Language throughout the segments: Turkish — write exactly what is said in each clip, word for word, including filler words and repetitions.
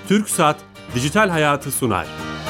TürkSat Dijital Hayatı sunar.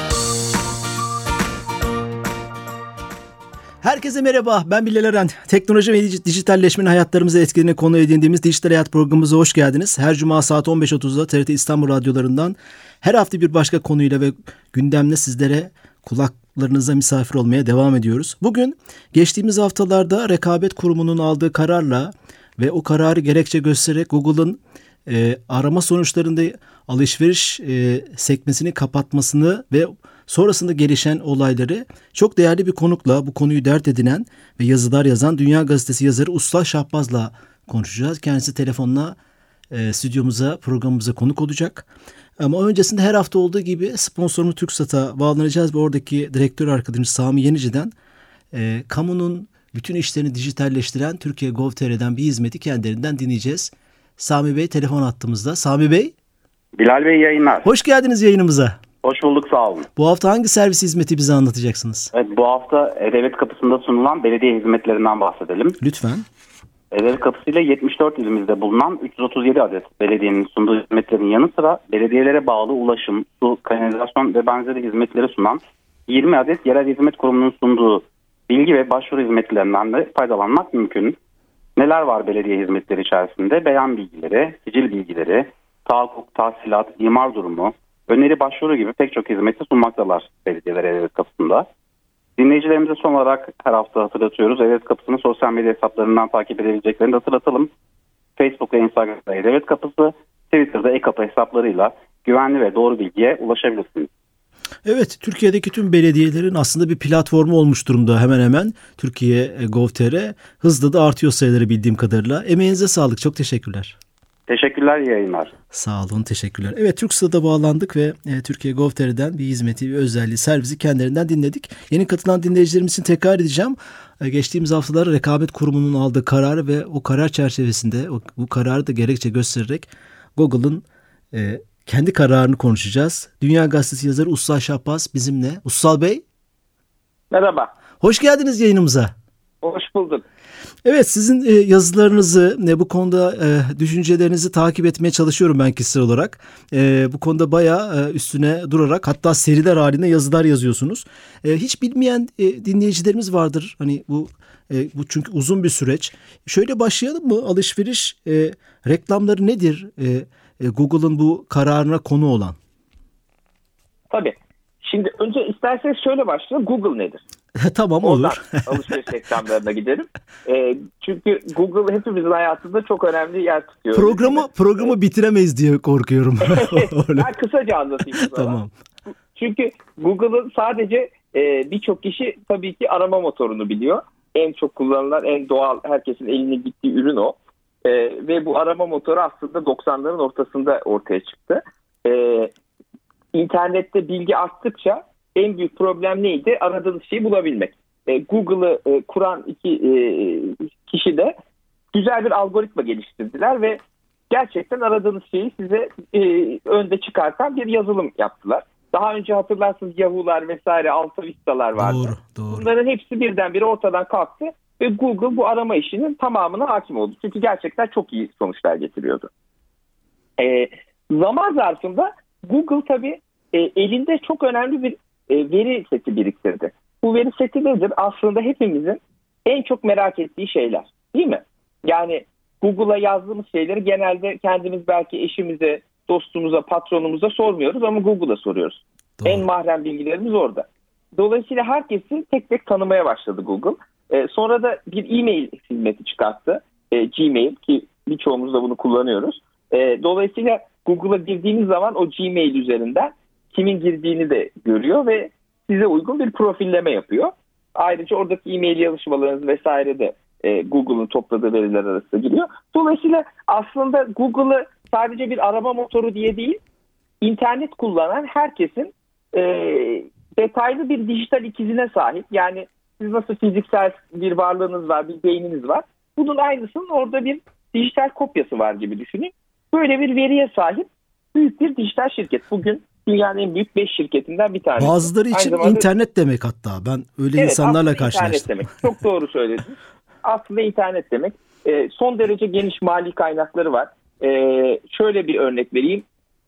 Herkese merhaba, ben Bilal Eren. Teknoloji ve dijitalleşmenin hayatlarımıza etkilerini konu edindiğimiz Dijital Hayat programımıza hoş geldiniz. Her cuma saat on beş otuzda T R T İstanbul radyolarından her hafta bir başka konuyla ve gündemle sizlere kulaklarınıza misafir olmaya devam ediyoruz. Bugün geçtiğimiz haftalarda Rekabet Kurumu'nun aldığı kararla ve o kararı gerekçe göstererek Google'ın e, arama sonuçlarında alışveriş e, sekmesini kapatmasını ve sonrasında gelişen olayları çok değerli bir konukla, bu konuyu dert edinen ve yazılar yazan Dünya Gazetesi yazarı Usta Şahbaz'la konuşacağız. Kendisi telefonla e, stüdyomuza, programımıza konuk olacak. Ama öncesinde her hafta olduğu gibi sponsorumuz TürkSat'a bağlanacağız ve oradaki direktör arkadaşımız Sami Yenici'den e, kamunun bütün işlerini dijitalleştiren Türkiye Gov nokta T R'den bir hizmeti kendilerinden dinleyeceğiz. Sami Bey telefon attığımızda. Sami Bey. Bilal Bey yayınlar. Hoş geldiniz yayınımıza. Hoş bulduk, sağ olun. Bu hafta hangi servis hizmeti bize anlatacaksınız? Evet, bu hafta E-Devlet Kapısı'nda sunulan belediye hizmetlerinden bahsedelim. Lütfen. E-Devlet Kapısı ile yetmiş dört ilimizde bulunan üç yüz otuz yedi adet belediyenin sunduğu hizmetlerin yanı sıra belediyelere bağlı ulaşım, su, kanalizasyon ve benzeri hizmetleri sunan yirmi adet yerel hizmet kurumunun sunduğu bilgi ve başvuru hizmetlerinden de faydalanmak mümkün. Neler var belediye hizmetleri içerisinde? Beyan bilgileri, sicil bilgileri, tahakkuk, tahsilat, imar durumu, öneri başvuru gibi pek çok hizmeti sunmaktalar belediyeler E-Devlet Kapısı'nda. Dinleyicilerimize son olarak her hafta hatırlatıyoruz. E-Devlet Kapısı'nı sosyal medya hesaplarından takip edebileceklerini de hatırlatalım. Facebook ve Instagram'da E-Devlet Kapısı, Twitter'da e-kapı hesaplarıyla güvenli ve doğru bilgiye ulaşabilirsiniz. Evet, Türkiye'deki tüm belediyelerin aslında bir platformu olmuş durumda hemen hemen. Türkiye Gov nokta T R hızla da artıyor sayıları bildiğim kadarıyla. Emeğinize sağlık, çok teşekkürler. Teşekkürler, iyi yayınlar. Sağ olun, teşekkürler. Evet, TürkSat'a bağlandık ve e, Türkiye Gov nokta T R'den bir hizmeti, bir özelliği, servisi kendilerinden dinledik. Yeni katılan dinleyicilerimiz için tekrar edeceğim. E, geçtiğimiz haftalarda Rekabet Kurumu'nun aldığı kararı ve o karar çerçevesinde o, bu kararı da gerekçe göstererek Google'ın e, kendi kararını konuşacağız. Dünya Gazetesi yazarı Usta Şahbaz bizimle. Usta Bey. Merhaba. Hoş geldiniz yayınımıza. Hoş bulduk. Evet, sizin e, yazılarınızı, e, bu konuda e, düşüncelerinizi takip etmeye çalışıyorum ben kişisel olarak. E, bu konuda bayağı e, üstüne durarak, hatta seriler halinde yazılar yazıyorsunuz. E, hiç bilmeyen e, dinleyicilerimiz vardır. Hani bu e, bu çünkü uzun bir süreç. Şöyle başlayalım mı? Alışveriş e, reklamları nedir? E, e, Google'ın bu kararına konu olan. Tabii. Şimdi önce isterseniz şöyle başlayalım. Google nedir? Tamam, Oradan olur. alışveriş reklamlarına gidelim. E, çünkü Google hepimizin hayatında çok önemli yer tutuyor. Programı programı bitiremeyiz diye korkuyorum. Ben kısaca anlatayım sana. Tamam. Çünkü Google'ın sadece e, birçok kişi tabii ki arama motorunu biliyor. En çok kullanılan, en doğal, herkesin eline gittiği ürün o. E, ve bu arama motoru aslında doksanların ortasında ortaya çıktı. E, internette bilgi arttıkça en büyük problem neydi? Aradığınız şeyi bulabilmek. E, Google'ı e, kuran iki e, kişi de güzel bir algoritma geliştirdiler ve gerçekten aradığınız şeyi size e, önde çıkartan bir yazılım yaptılar. Daha önce hatırlarsınız Yahoo'lar vesaire, Alta Vista'lar vardı. Doğru, doğru. Bunların hepsi birdenbire ortadan kalktı ve Google bu arama işinin tamamına hakim oldu. Çünkü gerçekten çok iyi sonuçlar getiriyordu. E, zaman zarfında Google tabii e, elinde çok önemli bir e, veri seti biriktirdi. Bu veri seti nedir? Aslında hepimizin en çok merak ettiği şeyler, değil mi? Yani Google'a yazdığımız şeyleri genelde kendimiz belki eşimize, dostumuza, patronumuza sormuyoruz ama Google'a soruyoruz. Doğru. En mahrem bilgilerimiz orada. Dolayısıyla herkesi tek tek tanımaya başladı Google. E, sonra da bir e-mail hizmeti çıkarttı. E, Gmail, ki birçoğumuz da bunu kullanıyoruz. E, dolayısıyla Google'a girdiğiniz zaman o Gmail üzerinden kimin girdiğini de görüyor ve size uygun bir profilleme yapıyor. Ayrıca oradaki e-mail yazışmalarınız vesaire de e, Google'ın topladığı veriler arasında giriyor. Dolayısıyla aslında Google'ı sadece bir arama motoru diye değil, internet kullanan herkesin e, detaylı bir dijital ikizine sahip. Yani siz nasıl fiziksel bir varlığınız var, bir beyniniz var. Bunun aynısının orada bir dijital kopyası var gibi düşünün. Böyle bir veriye sahip büyük bir dijital şirket. Bugün dünyanın en büyük beş şirketinden bir tanesi. Bazıları için zamanda internet demek hatta. Ben öyle evet, insanlarla karşılaştım. İnternet demek. Çok doğru söylediniz. Aslında internet demek. E, son derece geniş mali kaynakları var. E, şöyle bir örnek vereyim.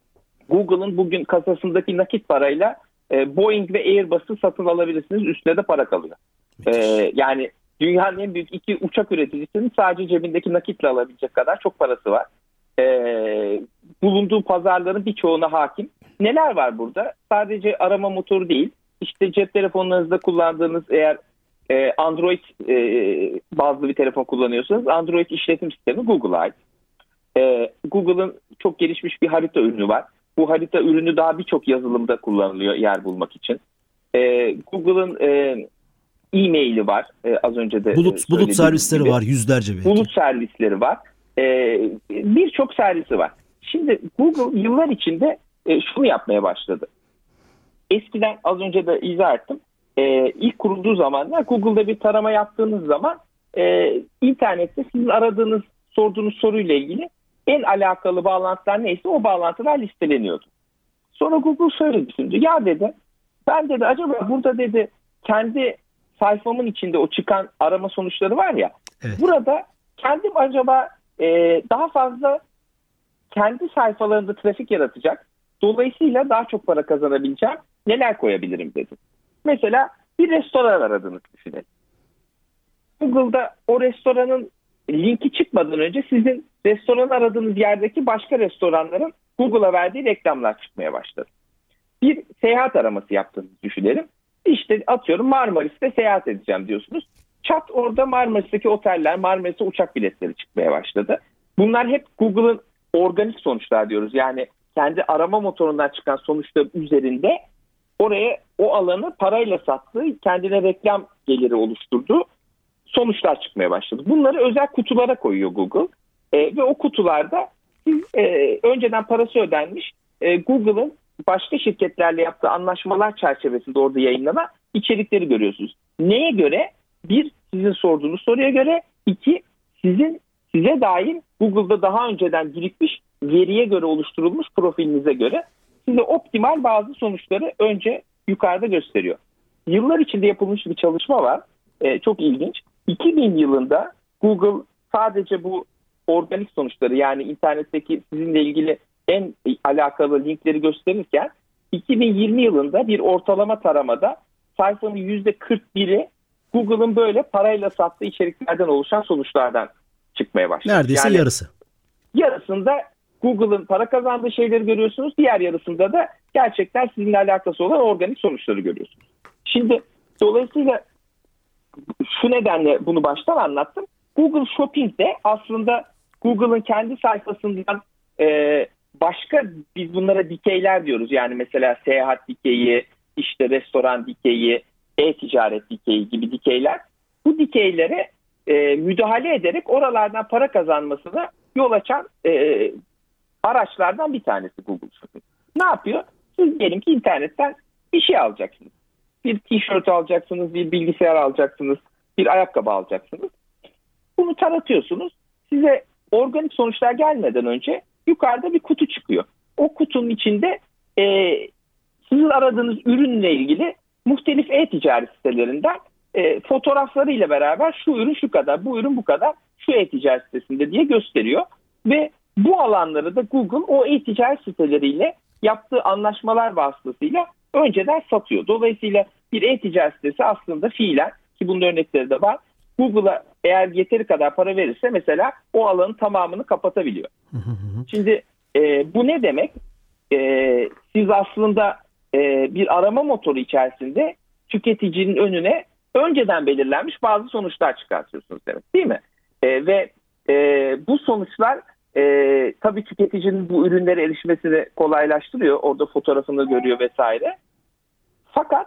Google'ın bugün kasasındaki nakit parayla e, Boeing ve Airbus'u satın alabilirsiniz. Üstüne de para kalıyor. E, yani dünyanın en büyük iki uçak üreticisinin sadece cebindeki nakitle alabilecek kadar çok parası var. E, bulunduğu pazarların birçoğuna hakim. Neler var burada? Sadece arama motoru değil. İşte cep telefonlarınızda kullandığınız, eğer e, Android e, bazlı bir telefon kullanıyorsanız, Android işletim sistemi Google'a ait. E, Google'ın çok gelişmiş bir harita ürünü var. Bu harita ürünü daha birçok yazılımda kullanılıyor yer bulmak için. E, Google'ın e, e-maili var. E, az önce de bulut bulut servisleri gibi. var, yüzlerce belki. Bulut servisleri var. E, birçok servisi var. Şimdi Google yıllar içinde e, şunu yapmaya başladı. Eskiden, az önce de izah ettim, e, ilk kurulduğu zamanlar Google'da bir tarama yaptığınız zaman e, internette sizin aradığınız, sorduğunuz soruyla ilgili en alakalı bağlantılar neyse o bağlantılar listeleniyordu. Sonra Google şöyle düşündü. Ya dedi, ben dedi acaba burada dedi kendi sayfamın içinde o çıkan arama sonuçları var ya, evet, burada kendim acaba e, daha fazla kendi sayfalarında trafik yaratacak, dolayısıyla daha çok para kazanabileceğim neler koyabilirim dedi. Mesela bir restoran aradığınızı düşünelim. Google'da o restoranın linki çıkmadan önce sizin restoran aradığınız yerdeki başka restoranların Google'a verdiği reklamlar çıkmaya başladı. Bir seyahat araması yaptığınızı düşünelim. İşte atıyorum Marmaris'te seyahat edeceğim diyorsunuz. Çat orada Marmaris'teki oteller, Marmaris'e uçak biletleri çıkmaya başladı. Bunlar hep Google'ın organik sonuçlar diyoruz. Yani kendi arama motorundan çıkan sonuçlar üzerinde oraya o alanı parayla sattığı, kendine reklam geliri oluşturduğu sonuçlar çıkmaya başladı. Bunları özel kutulara koyuyor Google. E, ve o kutularda siz e, önceden parası ödenmiş e, Google'ın başka şirketlerle yaptığı anlaşmalar çerçevesinde orada yayınlanan içerikleri görüyorsunuz. Neye göre? Bir, sizin sorduğunuz soruya göre. İki, sizin size dair Google'da daha önceden birikmiş veriye göre oluşturulmuş profilinize göre size optimal bazı sonuçları önce yukarıda gösteriyor. Yıllar içinde yapılmış bir çalışma var. Ee, çok ilginç. iki bin yılında Google sadece bu organik sonuçları, yani internetteki sizinle ilgili en alakalı linkleri gösterirken iki bin yirmi yılında bir ortalama taramada sayfanın yüzde kırk biri Google'ın böyle parayla sattığı içeriklerden oluşan sonuçlardan çıkmaya başladı. Neredeyse yani, yarısı. Yarısında Google'ın para kazandığı şeyleri görüyorsunuz. Diğer yarısında da gerçekten sizinle alakası olan organik sonuçları görüyorsunuz. Şimdi dolayısıyla şu nedenle bunu baştan anlattım. Google Shopping de aslında Google'ın kendi sayfasından e, başka, biz bunlara dikeyler diyoruz. Yani mesela seyahat dikeyi, işte restoran dikeyi, e-ticaret dikeyi gibi dikeyler. Bu dikeylere e, müdahale ederek oralardan para kazanmasına yol açan e, araçlardan bir tanesi Google Shopping. Ne yapıyor? Siz diyelim ki internetten bir şey alacaksınız. Bir tişört alacaksınız, bir bilgisayar alacaksınız, bir ayakkabı alacaksınız. Bunu taratıyorsunuz. Size organik sonuçlar gelmeden önce yukarıda bir kutu çıkıyor. O kutunun içinde e, sizin aradığınız ürünle ilgili muhtelif e-ticaret sitelerinden e, fotoğraflarıyla beraber şu ürün şu kadar, bu ürün bu kadar, şu e-ticaret sitesinde diye gösteriyor. Ve bu alanları da Google o e-ticaret siteleriyle yaptığı anlaşmalar vasıtasıyla önceden satıyor. Dolayısıyla bir e-ticaret sitesi aslında fiilen, ki bunun örnekleri de var, Google'a eğer yeteri kadar para verirse mesela o alanın tamamını kapatabiliyor. Şimdi e, bu ne demek? E, siz aslında e, bir arama motoru içerisinde tüketicinin önüne önceden belirlenmiş bazı sonuçlar çıkartıyorsunuz demek, değil mi? E, ve e, bu sonuçlar e, tabii tüketicinin bu ürünlere erişmesini kolaylaştırıyor. Orada fotoğrafını görüyor vesaire. Fakat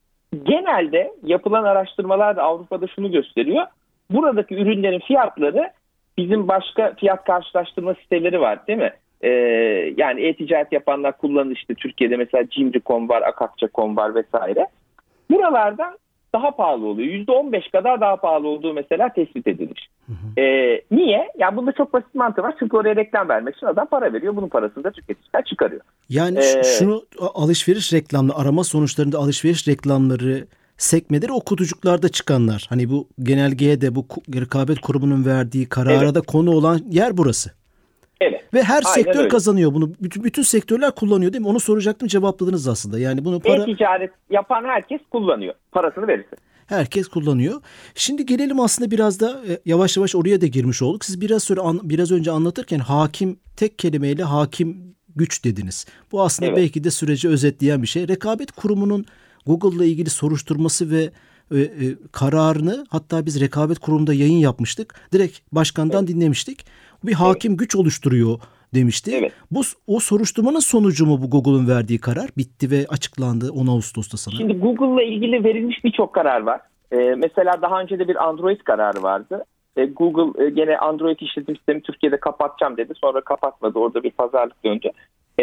genelde yapılan araştırmalar da Avrupa'da şunu gösteriyor. Buradaki ürünlerin fiyatları, bizim başka fiyat karşılaştırma siteleri var değil mi? Ee, yani e-ticaret yapanlar kullanır, işte Türkiye'de mesela Cimri nokta com var, Akakça nokta com var vesaire. Buralardan daha pahalı oluyor. yüzde on beş kadar daha pahalı olduğu mesela tespit edilmiş. Ee, niye? Yani bunda çok basit mantığı var. Çünkü oraya reklam vermek için adam para veriyor. Bunun parasını da tüketiciler çıkarıyor. Yani ee, şunu, alışveriş reklamları, arama sonuçlarında alışveriş reklamları sekmeleri o kutucuklarda çıkanlar. Hani bu genelgeye de bu rekabet kurumunun verdiği karara evet. da konu olan yer burası. Evet. Ve her Aynen sektör öyle. kazanıyor bunu. Bütün, bütün sektörler kullanıyor değil mi? Onu soracaktım, cevapladınız aslında. Yani bunu para... E-ticaret yapan herkes kullanıyor. Parasını verirse. Herkes kullanıyor. Şimdi gelelim aslında biraz da e, yavaş yavaş oraya da girmiş olduk. Siz biraz sonra an, biraz önce anlatırken hakim, tek kelimeyle hakim güç dediniz. Bu aslında Evet. belki de süreci özetleyen bir şey. Rekabet Kurumu'nun Google'la ilgili soruşturması ve e, e, kararını, hatta biz Rekabet Kurumu'nda yayın yapmıştık. Direkt başkandan Evet. dinlemiştik. Bir hakim güç oluşturuyor demişti. Evet. Bu o soruşturmanın sonucu mu bu Google'un verdiği karar? Bitti ve açıklandı on Ağustos'ta sanırım. Şimdi Google'la ilgili verilmiş birçok karar var. Ee, mesela daha önce de bir Android kararı vardı. Ee, Google e, gene Android işletim sistemi Türkiye'de kapatacağım dedi. Sonra kapatmadı. Orada bir pazarlık döndü.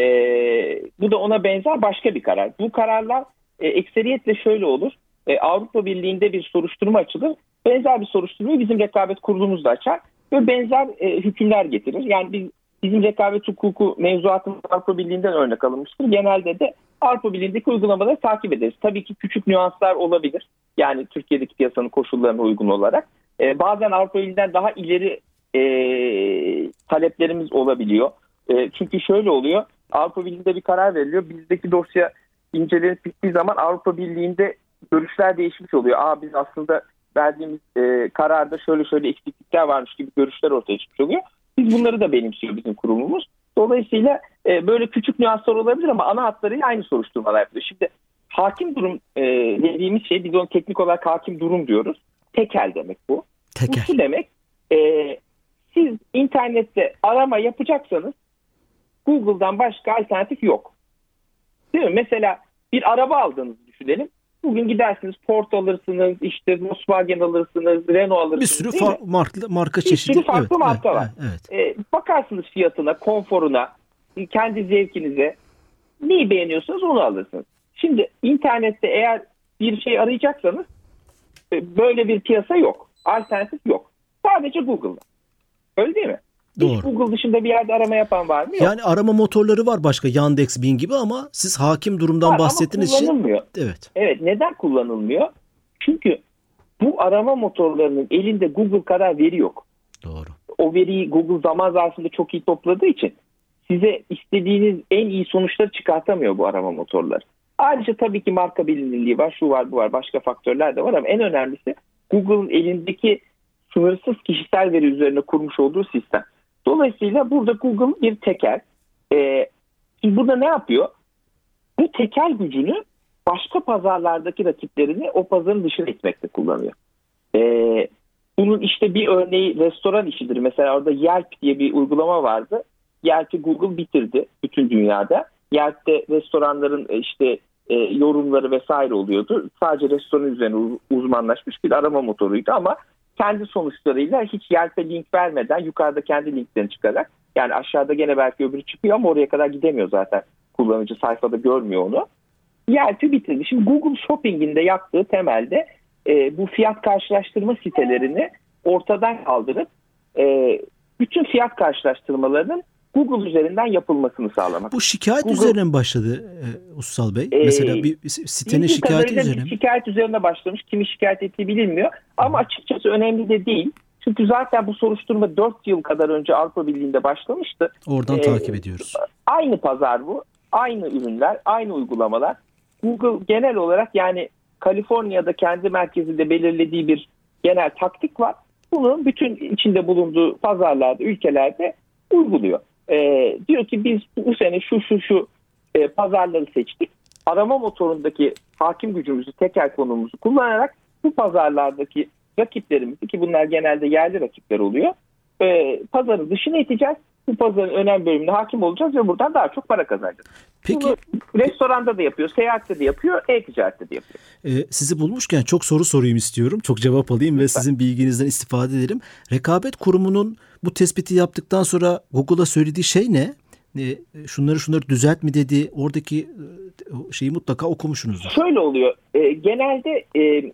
Ee, bu da ona benzer başka bir karar. Bu kararlar e, ekseriyetle şöyle olur. E, Avrupa Birliği'nde bir soruşturma açılır. Benzer bir soruşturmayı bizim rekabet kurulumuz da açar. Ve benzer e, hükümler getirir. Yani biz, bizim rekabet hukuku mevzuatımız Avrupa Birliği'nden örnek alınmıştır. Genelde de Avrupa Birliği'ndeki uygulamaları takip ederiz. Tabii ki küçük nüanslar olabilir. Yani Türkiye'deki piyasanın koşullarına uygun olarak. Ee, bazen Avrupa Birliği'nden daha ileri e, taleplerimiz olabiliyor. E, çünkü şöyle oluyor. Avrupa Birliği'nde bir karar veriliyor. Bizdeki dosya incelenip bittiği zaman Avrupa Birliği'nde görüşler değişmiş oluyor. Aa biz aslında verdiğimiz e, kararda şöyle şöyle eksiklikler varmış gibi görüşler ortaya çıkmış oluyor. Biz bunları da benimsiyor bizim kurumumuz. Dolayısıyla e, böyle küçük nüanslar olabilir ama ana hatlarıyla aynı soruşturmalar yapılıyor. Şimdi hakim durum e, dediğimiz şey, biz onu teknik olarak hakim durum diyoruz. Tekel demek bu. Tekel. Bu şu demek, e, siz internette arama yapacaksanız Google'dan başka alternatif yok. Değil mi? Mesela bir araba aldığınızı düşünelim. Bugün gidersiniz Ford alırsınız, işte Volkswagen alırsınız, Renault alırsınız. Bir sürü fa- marka, marka bir çeşidi. sürü farklı evet, marka evet, var. Evet, evet. E, bakarsınız fiyatına, konforuna, kendi zevkinize, neyi beğeniyorsanız onu alırsınız. Şimdi internette eğer bir şey arayacaksanız e, böyle bir piyasa yok. Alternatif yok. Sadece Google'da. Öyle değil mi? Doğru. Hiç Google dışında bir yerde arama yapan var mı? Yok. Yani arama motorları var başka, Yandex, Bing gibi, ama siz hakim durumdan Var bahsettiğiniz ama için. kullanılmıyor. Evet. Evet, neden kullanılmıyor? Çünkü bu arama motorlarının elinde Google kadar veri yok. Doğru. O veriyi Google zaman zarfında çok iyi topladığı için size istediğiniz en iyi sonuçları çıkartamıyor bu arama motorları. Ayrıca tabii ki marka bilinirliği var, şu var, bu var, başka faktörler de var ama en önemlisi Google'ın elindeki sınırsız kişisel veri üzerine kurmuş olduğu sistem. Dolayısıyla burada Google bir tekel. Ee, şimdi burada ne yapıyor? Bu tekel gücünü başka pazarlardaki rakiplerini o pazarın dışına itmekte kullanıyor. Ee, bunun işte bir örneği restoran işidir. Mesela orada Yelp diye bir uygulama vardı. Yelp'i Google bitirdi bütün dünyada. Yelp'te restoranların işte e, yorumları vesaire oluyordu. Sadece restoran üzerine uzmanlaşmış bir arama motoruydu ama kendi sonuçlarıyla hiç Yelp'e link vermeden yukarıda kendi linklerini çıkarak, yani aşağıda gene belki öbürü çıkıyor ama oraya kadar gidemiyor zaten. Kullanıcı sayfada görmüyor onu. Yelp'i bitirdi. Şimdi Google Shopping'in de yaptığı temelde e, bu fiyat karşılaştırma sitelerini ortadan kaldırıp e, bütün fiyat karşılaştırmalarının Google üzerinden yapılmasını sağlamak. Bu şikayet Google, üzerine mi başladı e, Ussal Bey? E, Mesela bir sitenin şikayeti üzerine mi? Şikayet üzerine başlamış. Kimi şikayet ettiği bilinmiyor. Ama açıkçası önemli de değil. Çünkü zaten bu soruşturma dört yıl kadar önce Avrupa Birliği'nde başlamıştı. Oradan ee, takip ediyoruz. Aynı pazar bu. Aynı ürünler, aynı uygulamalar. Google genel olarak, yani Kaliforniya'da kendi merkezinde belirlediği bir genel taktik var. Bunu bütün içinde bulunduğu pazarlarda, ülkelerde uyguluyor. Ee, diyor ki biz bu sene şu şu şu e, pazarları seçtik. Arama motorundaki hakim gücümüzü, tekel konumumuzu kullanarak bu pazarlardaki rakiplerimizi, ki bunlar genelde yerli rakipler oluyor, e, pazarın dışına iteceğiz. Bu pazarın önemli bölümüne hakim olacağız ve buradan daha çok para kazanacağız. Peki, bunu restoranda da yapıyor, seyahatte de yapıyor, e-ticarette de yapıyor. E, sizi bulmuşken çok soru sorayım istiyorum. Çok cevap alayım Lütfen. Ve sizin bilginizden istifade edelim. Rekabet Kurumu'nun bu tespiti yaptıktan sonra Google'a söylediği şey ne? E, şunları şunları düzelt mi dedi? Oradaki e, şeyi mutlaka okumuşsunuzdur. Şöyle oluyor. E, genelde e,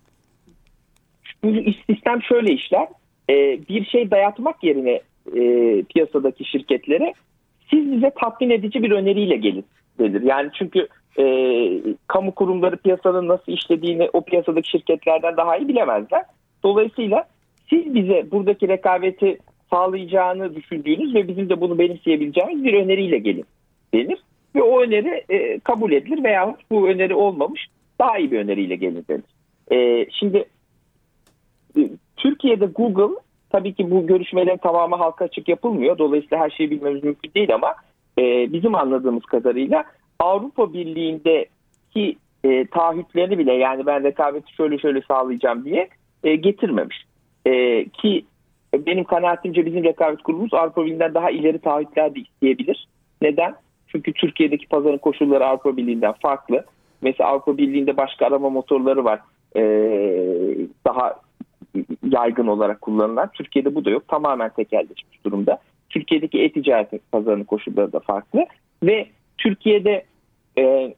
bu sistem şöyle işler. E, bir şey dayatmak yerine e, piyasadaki şirketlere siz bize tatmin edici bir öneriyle gelin denir. Yani çünkü e, kamu kurumları piyasanın nasıl işlediğini o piyasadaki şirketlerden daha iyi bilemezler. Dolayısıyla siz bize buradaki rekabeti sağlayacağını düşündüğünüz ve bizim de bunu benimseyebileceğimiz bir öneriyle gelin denir. Ve o öneri e, kabul edilir veya bu öneri olmamış daha iyi bir öneriyle gelin denir. E, şimdi e, Türkiye'de Google, tabii ki bu görüşmelerin tamamı halka açık yapılmıyor. Dolayısıyla her şeyi bilmemiz mümkün değil ama e, bizim anladığımız kadarıyla Avrupa Birliği'ndeki e, taahhütlerini bile, yani ben rekabeti şöyle şöyle sağlayacağım diye e, getirmemiş. E, ki benim kanaatimce bizim rekabet kurumumuz Avrupa Birliği'nden daha ileri taahhütler de isteyebilir. Neden? Çünkü Türkiye'deki pazarın koşulları Avrupa Birliği'nden farklı. Mesela Avrupa Birliği'nde başka arama motorları var. E, daha yaygın olarak kullanılan. Türkiye'de bu da yok. Tamamen tekelleşmiş durumda. Türkiye'deki e-ticaret pazarının koşulları da farklı. Ve Türkiye'de e,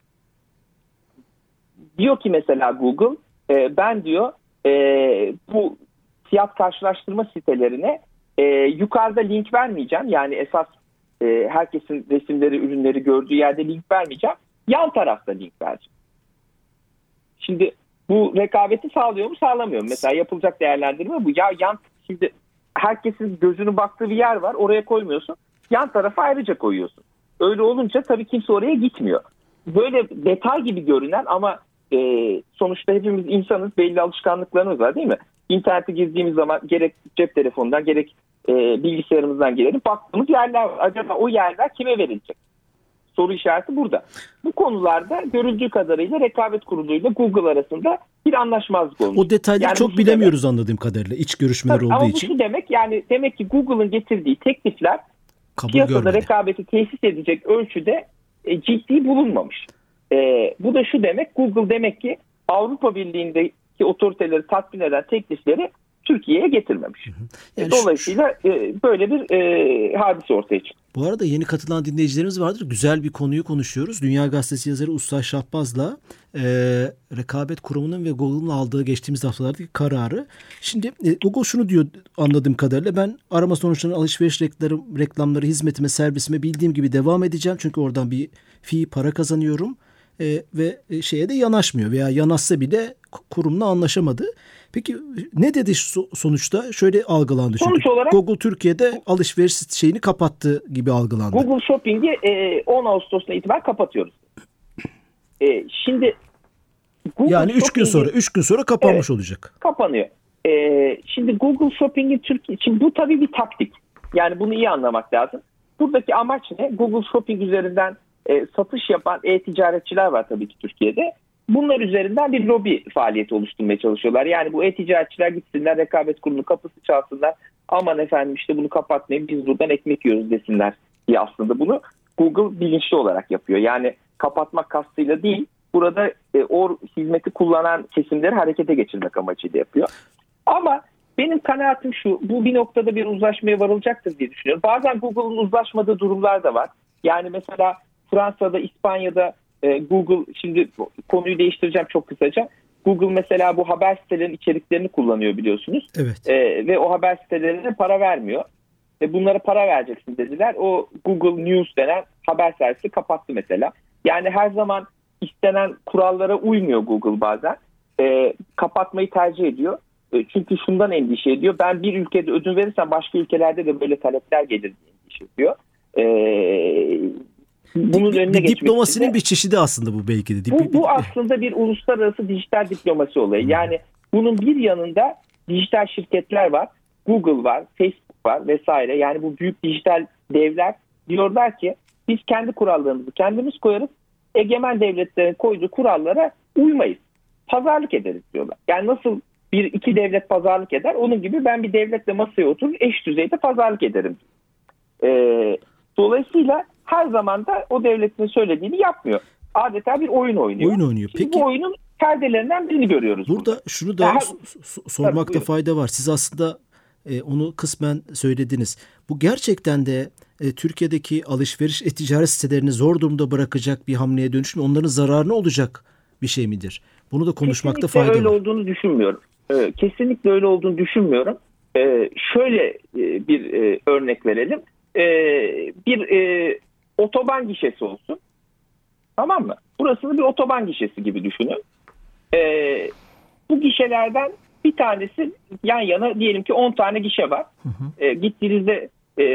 diyor ki mesela Google, e, ben diyor e, bu fiyat karşılaştırma sitelerine e, yukarıda link vermeyeceğim. Yani esas e, herkesin resimleri, ürünleri gördüğü yerde link vermeyeceğim. Yan tarafta link vereceğim. Şimdi bu rekabeti sağlıyor mu, sağlamıyor mu? Mesela yapılacak değerlendirme bu. Ya yan, şimdi herkesin gözünün baktığı bir yer var. Oraya koymuyorsun. Yan tarafa ayrıca koyuyorsun. Öyle olunca tabii kimse oraya gitmiyor. Böyle detay gibi görünen ama e, sonuçta hepimiz insanız. Belli alışkanlıklarımız var değil mi? İnternete girdiğimiz zaman gerek cep telefonundan gerek e, bilgisayarımızdan girelim. Baktığımız yerler var. Acaba o yerler kime verilecek? Soru işareti burada. Bu konularda görüldüğü kadarıyla rekabet kuruluyla Google arasında bir anlaşmazlık olmuş. O detayları yani çok bilemiyoruz demek, anladığım kadarıyla. İç görüşmeler tabii, olduğu ama için. Ama bu şu demek, yani demek ki Google'ın getirdiği teklifler kabul piyasada görmedi. Rekabeti tesis edecek ölçüde e, ciddi bulunmamış. E, bu da şu demek, Google demek ki Avrupa Birliği'ndeki otoriteleri tatmin eden teklifleri Türkiye'ye getirmemiş. Yani dolayısıyla şu, e, böyle bir e, hadise ortaya çıktı. Bu arada yeni katılan dinleyicilerimiz vardır. Güzel bir konuyu konuşuyoruz. Dünya Gazetesi yazarı Usta Şahbaz'la e, Rekabet Kurumu'nun ve Google'ın aldığı geçtiğimiz haftalardaki kararı. Şimdi e, Google şunu diyor anladığım kadarıyla: ben arama sonuçlarının alışveriş reklamları, reklamları hizmetime, servisime bildiğim gibi devam edeceğim. Çünkü oradan bir fi para kazanıyorum. E, ve şeye de yanaşmıyor veya yanaşsa bile kurumla anlaşamadı. Peki ne dedi sonuçta? Şöyle algılandı. Sonuç çünkü. olarak Google Türkiye'de alışveriş şeyini kapattı gibi algılandı. Google Shopping'i on Ağustos'tan itibaren kapatıyoruz. E, şimdi Google yani üç gün sonra üç gün sonra kapanmış evet, olacak. Kapanıyor. E, şimdi Google Shopping'i Türkiye, şimdi bu tabii bir taktik. Yani bunu iyi anlamak lazım. Buradaki amaç ne? Google Shopping üzerinden e, satış yapan e-ticaretçiler var tabii ki Türkiye'de. Bunlar üzerinden bir lobi faaliyeti oluşturmaya çalışıyorlar. Yani bu e-ticaretçiler gitsinler, rekabet kurulunun kapısı çalsınlar. Aman efendim işte bunu kapatmayın, biz buradan ekmek yiyoruz desinler diye aslında bunu Google bilinçli olarak yapıyor. Yani kapatmak kastıyla değil, burada e, o hizmeti kullanan kesimleri harekete geçirmek amacıyla yapıyor. Ama benim kanaatim şu, bu bir noktada bir uzlaşmaya varılacaktır diye düşünüyorum. Bazen Google'un uzlaşmadığı durumlar da var. Yani mesela Fransa'da, İspanya'da Google, şimdi konuyu değiştireceğim çok kısaca. Google mesela bu haber sitelerinin içeriklerini kullanıyor biliyorsunuz. Evet. Ee, ve o haber sitelerine para vermiyor. Ve bunlara para vereceksin dediler. O Google News denen haber servisi kapattı mesela. Yani her zaman istenen kurallara uymuyor Google bazen. Ee, kapatmayı tercih ediyor. Ee, çünkü şundan endişe ediyor. Ben bir ülkede ödün verirsem başka ülkelerde de böyle talepler gelir diye endişe ediyor. Eee Bunun bir, önüne bir diplomasinin de, bir çeşidi aslında bu belki de. Bu, bu aslında bir uluslararası dijital diplomasi olayı. Hmm. Yani bunun bir yanında dijital şirketler var, Google var, Facebook var vesaire. Yani bu büyük dijital devler diyorlar ki biz kendi kurallarımızı kendimiz koyarız. Egemen devletlerin koyduğu kurallara uymayız. Pazarlık ederiz diyorlar. Yani nasıl bir iki devlet pazarlık eder, onun gibi ben bir devletle masaya oturur eş düzeyde pazarlık ederim. Ee, dolayısıyla her zaman da o devletin söylediğini yapmıyor. Adeta bir oyun oynuyor. Oyun oynuyor. Şimdi peki, bu oyunun perdelerinden birini görüyoruz. Burada, burada. şunu da yani, sormakta tabii, fayda var. Siz aslında e, onu kısmen söylediniz. Bu gerçekten de e, Türkiye'deki alışveriş e-ticaret sitelerini zor durumda bırakacak bir hamleye dönüşmüyor. Onların zararına olacak bir şey midir? Bunu da konuşmakta kesinlikle fayda var. Kesinlikle öyle olduğunu düşünmüyorum. Ee, kesinlikle öyle olduğunu düşünmüyorum. Ee, şöyle e, bir e, örnek verelim. Ee, bir e, otoban gişesi olsun. Tamam mı? Burasını bir otoban gişesi gibi düşünün. Ee, bu gişelerden Bir tanesi yan yana diyelim ki on tane gişe var. Hı hı. E, gittiğinizde e,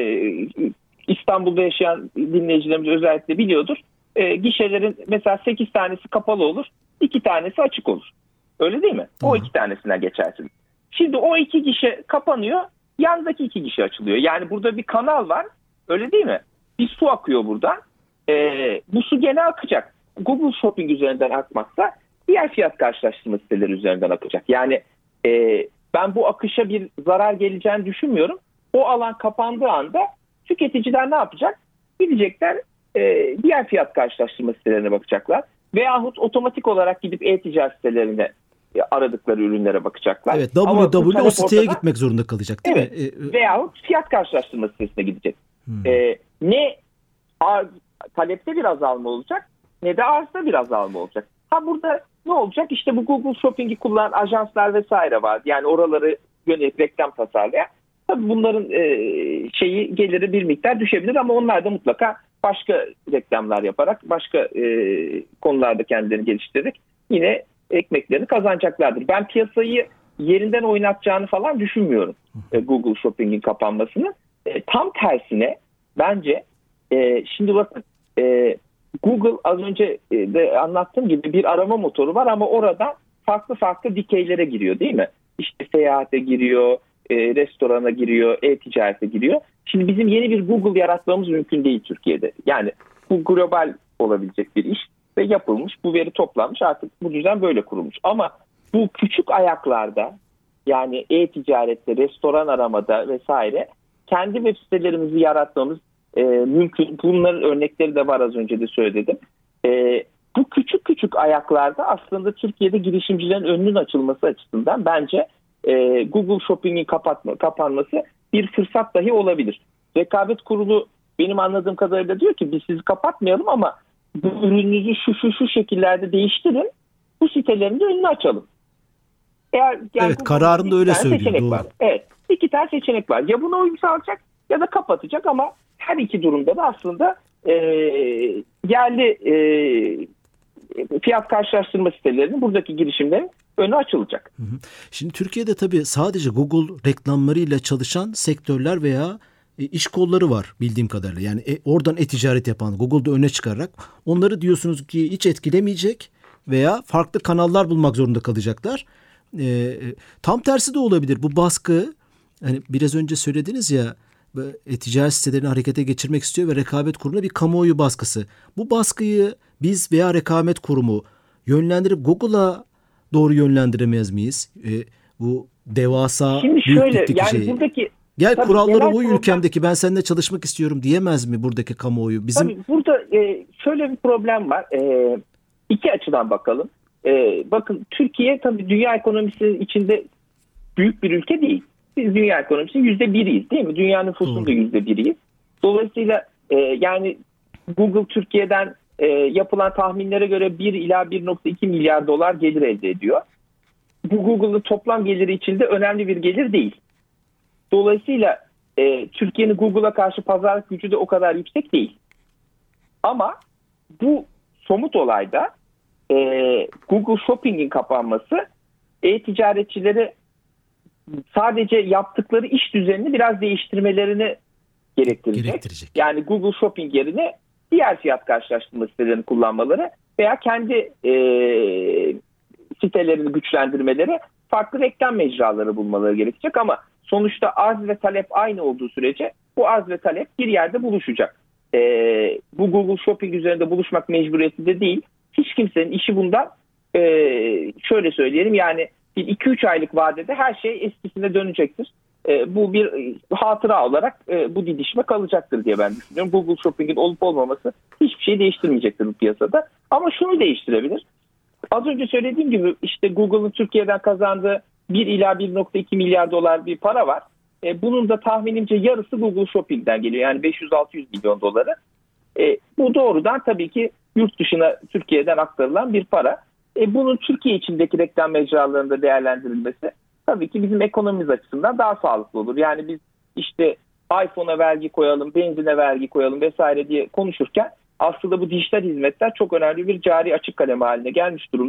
İstanbul'da yaşayan dinleyicilerimiz özellikle biliyordur. E, gişelerin mesela sekiz tanesi kapalı olur. iki tanesi açık olur. Öyle değil mi? Hı. O iki tanesine geçersiniz. Şimdi o iki gişe kapanıyor. Yandaki iki gişe açılıyor. Yani burada bir kanal var. Öyle değil mi? Bir su akıyor buradan. E, bu su gene akacak. Google Shopping üzerinden akmazsa diğer fiyat karşılaştırma siteleri üzerinden akacak. Yani e, ben bu akışa bir zarar geleceğini düşünmüyorum. O alan kapandığı anda tüketiciler ne yapacak? Gidecekler e, diğer fiyat karşılaştırma sitelerine bakacaklar. Veyahut otomatik olarak gidip e-ticaret sitelerine e, aradıkları ürünlere bakacaklar. Evet, www o siteye ortada, gitmek zorunda kalacak değil evet, mi? E, veyahut fiyat karşılaştırma sitesine gidecek. Hmm. E, ne arz, talepte bir azalma olacak ne de arzda bir azalma olacak. Ha burada ne olacak? İşte bu Google Shopping'i kullanan ajanslar vesaire var. Yani oraları yönelik reklam tasarlayan. Tabii bunların e, şeyi geliri bir miktar düşebilir ama onlar da mutlaka başka reklamlar yaparak, başka e, konularda kendilerini geliştirerek yine ekmeklerini kazanacaklardır. Ben piyasayı yerinden oynatacağını falan düşünmüyorum e, Google Shopping'in kapanmasını. E, tam tersine bence e, şimdi bakın e, Google az önce de anlattığım gibi bir arama motoru var ama orada farklı farklı dikeylere giriyor değil mi? İşte seyahate giriyor, e, restorana giriyor, e-ticarete giriyor. Şimdi bizim yeni bir Google yaratmamız mümkün değil Türkiye'de. Yani bu global olabilecek bir iş ve yapılmış, bu veri toplanmış, artık bu düzen böyle kurulmuş. Ama bu küçük ayaklarda yani e-ticarette, restoran aramada vesaire kendi web sitelerimizi yaratmamız E, mümkün. Bunların örnekleri de var, az önce de söyledim. E, bu küçük küçük ayaklarda aslında Türkiye'de girişimcilerin önünün açılması açısından bence e, Google Shopping'in kapatma, kapanması bir fırsat dahi olabilir. Rekabet Kurulu benim anladığım kadarıyla diyor ki biz sizi kapatmayalım ama bu ürününüzü şu şu şu şekillerde değiştirin. Bu sitelerin de önünü açalım. Eğer, yani evet, kararında öyle söylüyor. Doğru. Var. Evet. İki tane seçenek var. Ya buna uyum sağlayacak ya da kapatacak ama her iki durumda da aslında e, yerli e, fiyat karşılaştırma sitelerinin, buradaki girişimlerin önü açılacak. Hı hı. Şimdi Türkiye'de tabii sadece Google reklamlarıyla çalışan sektörler veya e, iş kolları var bildiğim kadarıyla. Yani e, oradan e-ticaret yapan, Google'da öne çıkararak onları diyorsunuz ki hiç etkilemeyecek veya farklı kanallar bulmak zorunda kalacaklar. E, tam tersi de olabilir. Bu baskı, hani biraz önce söylediniz ya, e-ticaret sitelerini harekete geçirmek istiyor ve Rekabet Kurulu'na bir kamuoyu baskısı. Bu baskıyı biz veya Rekabet Kurumu yönlendirip Google'a doğru yönlendiremez miyiz? E, bu devasa Şimdi şöyle, büyüklükteki yani şeyi. buradaki, gel kurallara uy problem, ülkemdeki, ben seninle çalışmak istiyorum diyemez mi buradaki kamuoyu? Bizim... Tabii burada e, şöyle bir problem var. E, iki açıdan bakalım. E, bakın Türkiye tabii dünya ekonomisinin içinde büyük bir ülke değil. Biz dünya ekonomisinin yüzde biriyiz değil mi? Dünya nüfusunun da yüzde biriyiz. Dolayısıyla e, yani Google Türkiye'den e, yapılan tahminlere göre bir ila bir nokta iki milyar dolar gelir elde ediyor. Bu Google'ın toplam geliri içinde önemli bir gelir değil. Dolayısıyla e, Türkiye'nin Google'a karşı pazarlık gücü de o kadar yüksek değil. Ama bu somut olayda e, Google Shopping'in kapanması e-ticaretçileri sadece yaptıkları iş düzenini biraz değiştirmelerini gerektirecek. gerektirecek. Yani Google Shopping yerine diğer fiyat karşılaştırma sitelerini kullanmaları veya kendi e, sitelerini güçlendirmeleri, farklı reklam mecraları bulmaları gerekecek ama sonuçta arz ve talep aynı olduğu sürece bu arz ve talep bir yerde buluşacak. E, bu Google Shopping üzerinde buluşmak mecburiyetinde değil. Hiç kimsenin işi bundan e, şöyle söyleyelim, yani bir iki üç aylık vadede her şey eskisine dönecektir. E, bu bir e, hatıra olarak e, bu didişme kalacaktır diye ben düşünüyorum. Google Shopping'in olup olmaması hiçbir şey değiştirmeyecektir bu piyasada. Ama şunu değiştirebilir. Az önce söylediğim gibi işte Google'ın Türkiye'den kazandığı bir ila bir nokta iki milyar dolar bir para var. E, bunun da tahminimce yarısı Google Shopping'den geliyor. Yani beş yüz altı yüz milyon doları. E, bu doğrudan tabii ki yurt dışına Türkiye'den aktarılan bir para. E, bunun Türkiye içindeki reklam mecralarında değerlendirilmesi tabii ki bizim ekonomimiz açısından daha sağlıklı olur. Yani biz işte iPhone'a vergi koyalım, benzine vergi koyalım vesaire diye konuşurken aslında bu dijital hizmetler çok önemli bir cari açık kalemi haline gelmiş durumda.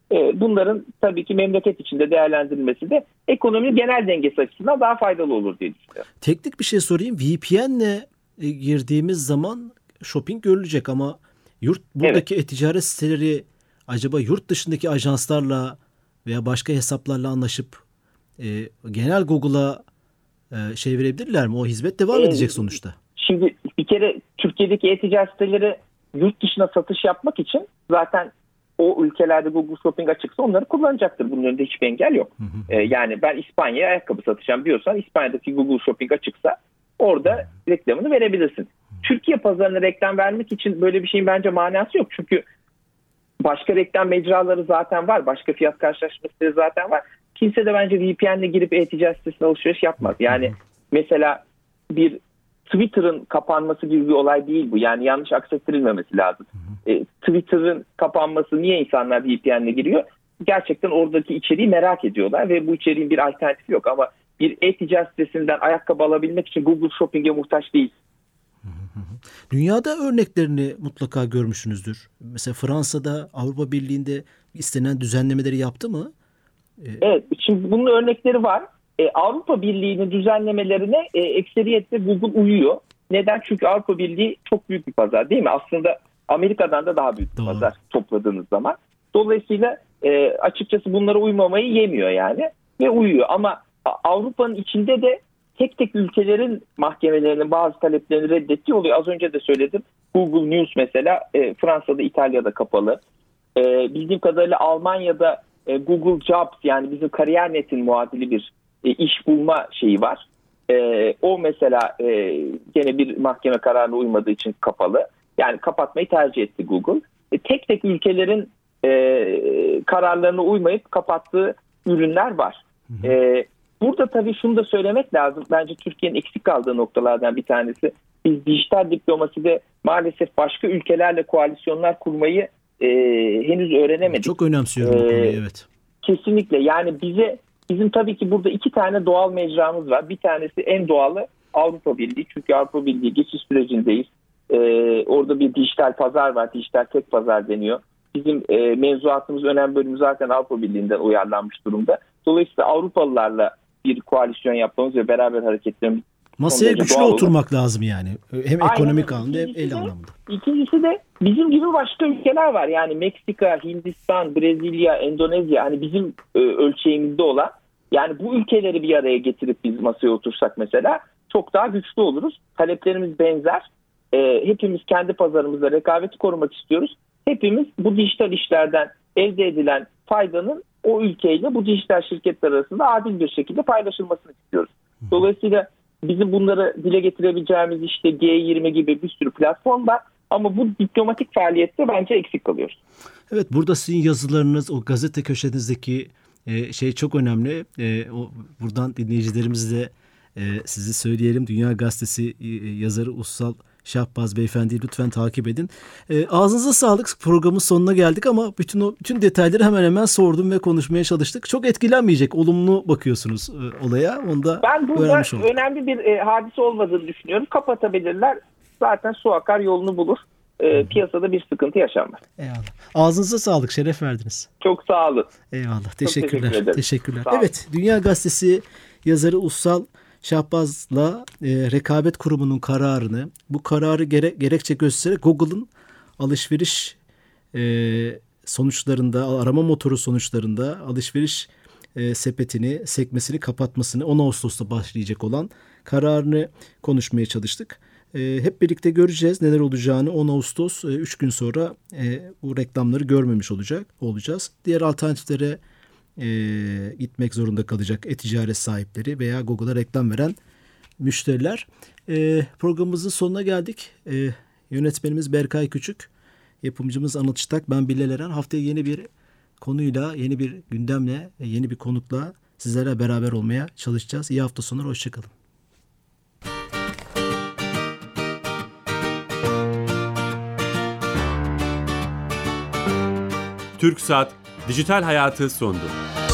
E, bunların tabii ki memleket içinde değerlendirilmesi de ekonominin genel dengesi açısından daha faydalı olur diye düşünüyorum. Teknik bir şey sorayım. V P N'le girdiğimiz zaman shopping görülecek ama yurt buradaki evet. e-ticaret siteleri acaba yurt dışındaki ajanslarla veya başka hesaplarla anlaşıp e, genel Google'a e, şey verebilirler mi? O hizmet devam ee, edecek sonuçta. Şimdi bir kere Türkiye'deki e-ticaret siteleri yurt dışına satış yapmak için zaten o ülkelerde Google Shopping açıksa onları kullanacaktır. Bunun önünde hiçbir engel yok. Hı hı. Ee, yani ben İspanya'ya ayakkabı satacağım diyorsan İspanya'daki Google Shopping açıksa orada hı. reklamını verebilirsin. Hı. Türkiye pazarına reklam vermek için böyle bir şeyin bence manası yok. Çünkü başka reklam mecraları zaten var. Başka fiyat karşılaşması zaten var. Kimse de bence V P N'le girip e-ticaret sitesine alışveriş yapmaz. Yani mesela bir Twitter'ın kapanması gibi bir olay değil bu. Yani yanlış aksettirilmemesi lazım. E, Twitter'ın kapanması niye insanlar V P N'le giriyor? Gerçekten oradaki içeriği merak ediyorlar ve bu içeriğin bir alternatifi yok. Ama bir e-ticaret sitesinden ayakkabı alabilmek için Google Shopping'e muhtaç değil. Dünyada örneklerini mutlaka görmüşsünüzdür. Mesela Fransa'da Avrupa Birliği'nde istenen düzenlemeleri yaptı mı? Ee... Evet, şimdi bunun örnekleri var. Ee, Avrupa Birliği'nin düzenlemelerine e, ekseriyetle Google uyuyor. Neden? Çünkü Avrupa Birliği çok büyük bir pazar değil mi? Aslında Amerika'dan da daha büyük bir Doğru. pazar topladığınız zaman. Dolayısıyla e, açıkçası bunlara uymamayı yemiyor yani ve uyuyor. Ama Avrupa'nın içinde de tek tek ülkelerin mahkemelerinin bazı taleplerini reddettiği oluyor. Az önce de söyledim. Google News mesela e, Fransa'da, İtalya'da kapalı. E, bildiğim kadarıyla Almanya'da e, Google Jobs yani bizim Kariyer.net'in muadili bir e, iş bulma şeyi var. E, o mesela e, gene bir mahkeme kararına uymadığı için kapalı. Yani kapatmayı tercih etti Google. E, tek tek ülkelerin e, kararlarına uymayıp kapattığı ürünler var. Hı hı. E, Burada tabii şunu da söylemek lazım. Bence Türkiye'nin eksik kaldığı noktalardan bir tanesi. Biz dijital diplomaside maalesef başka ülkelerle koalisyonlar kurmayı e, henüz öğrenemedik. Çok önemsiyorum bu konuyu, evet. Kesinlikle. Yani bize bizim tabii ki burada iki tane doğal mecramız var. Bir tanesi en doğalı Avrupa Birliği. Çünkü Avrupa Birliği geçiş sürecindeyiz. E, orada bir dijital pazar var. Dijital tek pazar deniyor. Bizim e, mevzuatımız önemli bölümü zaten Avrupa Birliği'nden uyarlanmış durumda. Dolayısıyla Avrupalılarla bir koalisyon yapmamız ve beraber hareket etmemiz masaya güçlü oturmak olur. Lazım yani. Hem Aynen. ekonomik anlamda hem el anlamda. İkincisi de bizim gibi başka ülkeler var. Yani Meksika, Hindistan, Brezilya, Endonezya hani bizim e, ölçeğimizde olan yani bu ülkeleri bir araya getirip biz masaya otursak mesela çok daha güçlü oluruz. Taleplerimiz benzer. E, hepimiz kendi pazarımızda rekabeti korumak istiyoruz. Hepimiz bu dijital işlerden elde edilen faydanın o ülkeyle bu dijital şirketler arasında adil bir şekilde paylaşılmasını istiyoruz. Dolayısıyla bizim bunları dile getirebileceğimiz işte G yirmi gibi bir sürü platform var ama bu diplomatik faaliyette bence eksik kalıyoruz. Evet, burada sizin yazılarınız, o gazete köşenizdeki e, şey çok önemli. E, o buradan dinleyicilerimizle e, sizi söyleyelim. Dünya Gazetesi e, yazarı Ussal Şahbaz Beyefendi'yi lütfen takip edin. E, ağzınıza sağlık. Programın sonuna geldik ama bütün o bütün detayları hemen hemen sordum ve konuşmaya çalıştık. Çok etkilenmeyecek, olumlu bakıyorsunuz e, olaya. Onu da ben burada önemli bir e, hadise olmadığını düşünüyorum. Kapatabilirler. Zaten su akar yolunu bulur. E, piyasada bir sıkıntı yaşanmaz. Eyvallah. Ağzınıza sağlık. Şeref verdiniz. Çok sağ olun. Eyvallah. Teşekkürler. Teşekkür Teşekkürler. Evet. Dünya Gazetesi yazarı Ussal Şahbaz'la e, Rekabet Kurumu'nun kararını, bu kararı gere, gerekçe göstererek Google'ın alışveriş e, sonuçlarında, arama motoru sonuçlarında alışveriş e, sepetini, sekmesini kapatmasını, on Ağustos'ta başlayacak olan kararını konuşmaya çalıştık. E, hep birlikte göreceğiz neler olacağını. on Ağustos, üç e, gün sonra e, bu reklamları görmemiş olacak olacağız. Diğer alternatiflere E, gitmek zorunda kalacak e-ticaret sahipleri veya Google'a reklam veren müşteriler. E, programımızın sonuna geldik. E, yönetmenimiz Berkay Küçük, yapımcımız Anıl Çıtak, ben Bilal Eren. Haftaya yeni bir konuyla, yeni bir gündemle, yeni bir konukla sizlerle beraber olmaya çalışacağız. İyi hafta sonları, hoşçakalın. TürkSat Dijital Hayatı sondu.